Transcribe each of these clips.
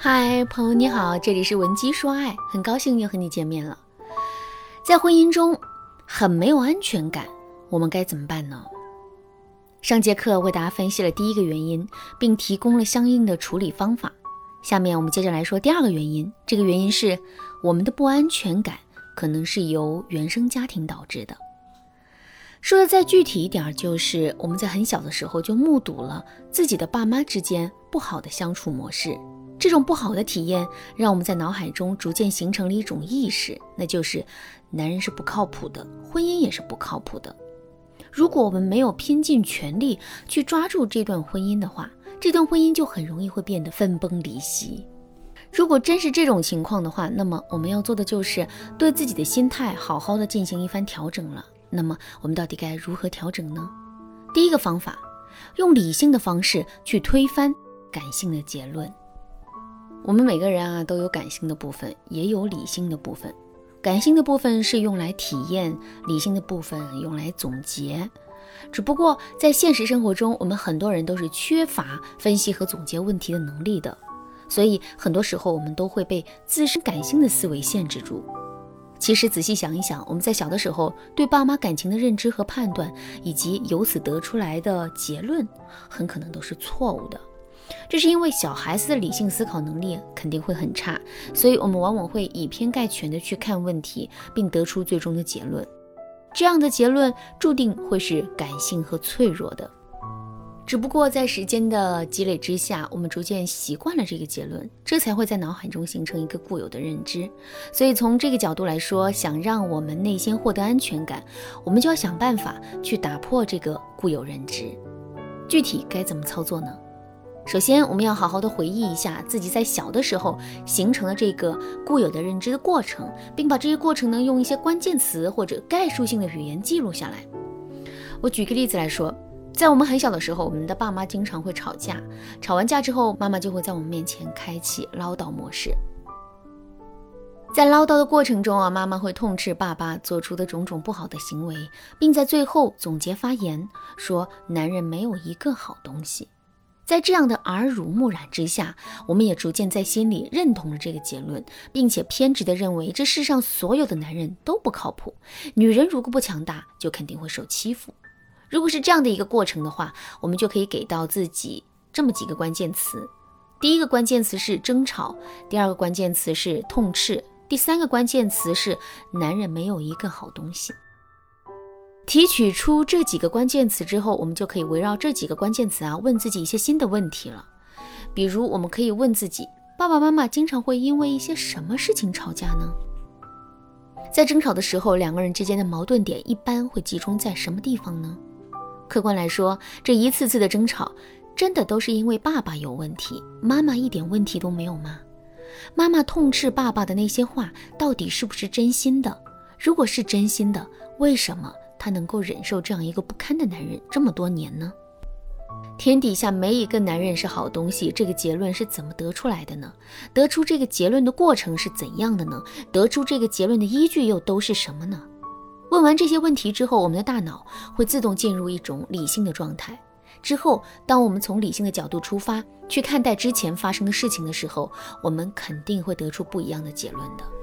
嗨，朋友你好，这里是文姬说爱，很高兴又和你见面了。在婚姻中很没有安全感，我们该怎么办呢？上节课为大家分析了第一个原因，并提供了相应的处理方法。下面我们接着来说第二个原因，这个原因是我们的不安全感可能是由原生家庭导致的。说的再具体一点，就是我们在很小的时候就目睹了自己的爸妈之间不好的相处模式。这种不好的体验让我们在脑海中逐渐形成了一种意识，那就是男人是不靠谱的，婚姻也是不靠谱的。如果我们没有拼尽全力去抓住这段婚姻的话，这段婚姻就很容易会变得分崩离析。如果真是这种情况的话，那么我们要做的就是对自己的心态好好的进行一番调整了。那么我们到底该如何调整呢？第一个方法，用理性的方式去推翻感性的结论。我们每个人都有感性的部分，也有理性的部分。感性的部分是用来体验，理性的部分用来总结。只不过在现实生活中，我们很多人都是缺乏分析和总结问题的能力的，所以很多时候我们都会被自身感性的思维限制住。其实仔细想一想，我们在小的时候对爸妈感情的认知和判断，以及由此得出来的结论，很可能都是错误的。这是因为小孩子的理性思考能力肯定会很差，所以我们往往会以偏概全的去看问题，并得出最终的结论。这样的结论注定会是感性和脆弱的。只不过在时间的积累之下，我们逐渐习惯了这个结论，这才会在脑海中形成一个固有的认知。所以从这个角度来说，想让我们内心获得安全感，我们就要想办法去打破这个固有认知。具体该怎么操作呢？首先，我们要好好的回忆一下自己在小的时候形成了这个固有的认知的过程，并把这些过程呢用一些关键词或者概述性的语言记录下来。我举个例子来说，在我们很小的时候，我们的爸妈经常会吵架，吵完架之后，妈妈就会在我们面前开启唠叨模式。在唠叨的过程中妈妈会痛斥爸爸做出的种种不好的行为，并在最后总结发言，说男人没有一个好东西。在这样的耳濡目染之下，我们也逐渐在心里认同了这个结论，并且偏执地认为这世上所有的男人都不靠谱，女人如果不强大，就肯定会受欺负。如果是这样的一个过程的话，我们就可以给到自己这么几个关键词。第一个关键词是争吵，第二个关键词是痛斥，第三个关键词是男人没有一个好东西。提取出这几个关键词之后，我们就可以围绕这几个关键词问自己一些新的问题了。比如我们可以问自己，爸爸妈妈经常会因为一些什么事情吵架呢？在争吵的时候，两个人之间的矛盾点一般会集中在什么地方呢？客观来说，这一次次的争吵真的都是因为爸爸有问题，妈妈一点问题都没有吗？妈妈痛斥爸爸的那些话到底是不是真心的？如果是真心的，为什么他能够忍受这样一个不堪的男人这么多年呢？天底下没一个男人是好东西，这个结论是怎么得出来的呢？得出这个结论的过程是怎样的呢？得出这个结论的依据又都是什么呢？问完这些问题之后，我们的大脑会自动进入一种理性的状态。之后，当我们从理性的角度出发，去看待之前发生的事情的时候，我们肯定会得出不一样的结论的。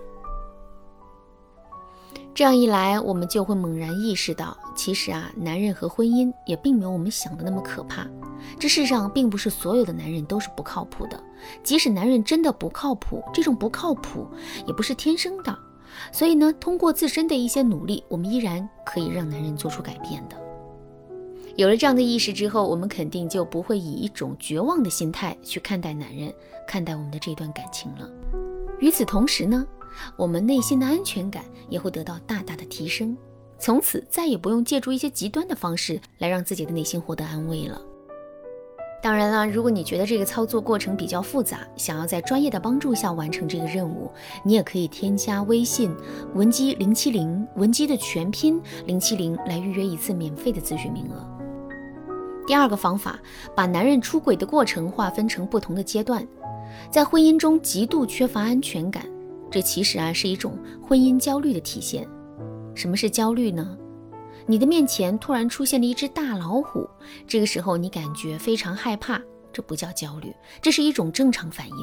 这样一来，我们就会猛然意识到，其实男人和婚姻也并没有我们想的那么可怕。这世上并不是所有的男人都是不靠谱的，即使男人真的不靠谱，这种不靠谱也不是天生的。所以呢，通过自身的一些努力，我们依然可以让男人做出改变的。有了这样的意识之后，我们肯定就不会以一种绝望的心态去看待男人，看待我们的这段感情了。与此同时呢，我们内心的安全感也会得到大大的提升，从此再也不用借助一些极端的方式来让自己的内心获得安慰了。当然了，如果你觉得这个操作过程比较复杂，想要在专业的帮助下完成这个任务，你也可以添加微信文姬070，文姬的全拼070来预约一次免费的咨询名额。第二个方法，把男人出轨的过程划分成不同的阶段。在婚姻中极度缺乏安全感，这其实是一种婚姻焦虑的体现。什么是焦虑呢？你的面前突然出现了一只大老虎，这个时候你感觉非常害怕，这不叫焦虑，这是一种正常反应。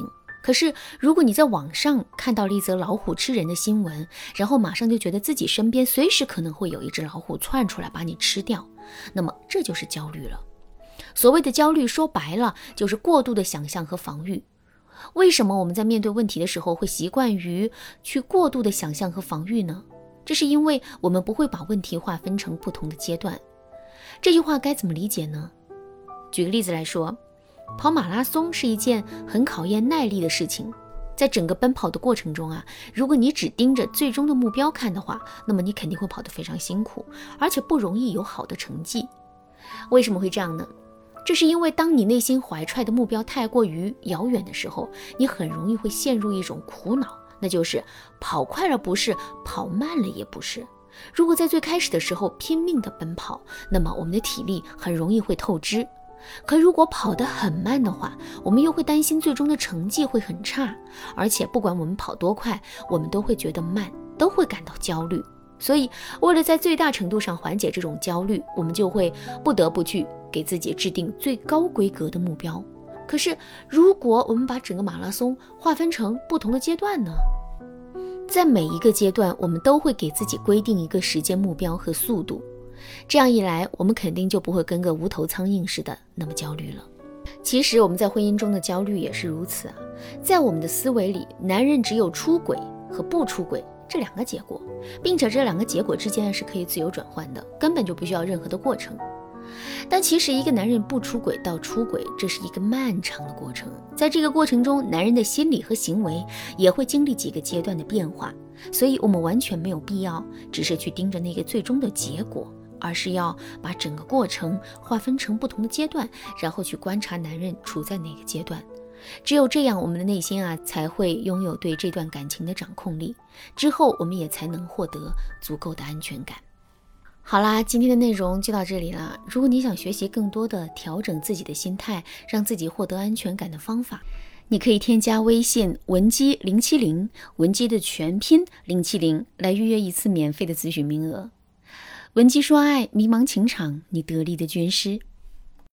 可是如果你在网上看到了一则老虎吃人的新闻，然后马上就觉得自己身边随时可能会有一只老虎窜出来把你吃掉，那么这就是焦虑了。所谓的焦虑说白了就是过度的想象和防御。为什么我们在面对问题的时候会习惯于去过度的想象和防御呢？这是因为我们不会把问题划分成不同的阶段。这句话该怎么理解呢？举个例子来说，跑马拉松是一件很考验耐力的事情。在整个奔跑的过程中如果你只盯着最终的目标看的话，那么你肯定会跑得非常辛苦，而且不容易有好的成绩。为什么会这样呢？这是因为当你内心怀揣的目标太过于遥远的时候，你很容易会陷入一种苦恼，那就是跑快了不是，跑慢了也不是。如果在最开始的时候拼命的奔跑，那么我们的体力很容易会透支。可如果跑得很慢的话，我们又会担心最终的成绩会很差，而且不管我们跑多快，我们都会觉得慢，都会感到焦虑。所以为了在最大程度上缓解这种焦虑，我们就会不得不去给自己制定最高规格的目标。可是如果我们把整个马拉松划分成不同的阶段呢？在每一个阶段，我们都会给自己规定一个时间目标和速度，这样一来，我们肯定就不会跟个无头苍蝇似的那么焦虑了。其实我们在婚姻中的焦虑也是如此在我们的思维里，男人只有出轨和不出轨这两个结果，并且这两个结果之间是可以自由转换的，根本就不需要任何的过程。但其实一个男人不出轨到出轨，这是一个漫长的过程，在这个过程中，男人的心理和行为也会经历几个阶段的变化，所以我们完全没有必要只是去盯着那个最终的结果，而是要把整个过程划分成不同的阶段，然后去观察男人处在哪个阶段。只有这样，我们的内心才会拥有对这段感情的掌控力，之后我们也才能获得足够的安全感。好啦，今天的内容就到这里了。如果你想学习更多的调整自己的心态，让自己获得安全感的方法，你可以添加微信文姬070，文姬的全拼070，来预约一次免费的咨询名额。文姬说爱，迷茫情场，你得力的军师。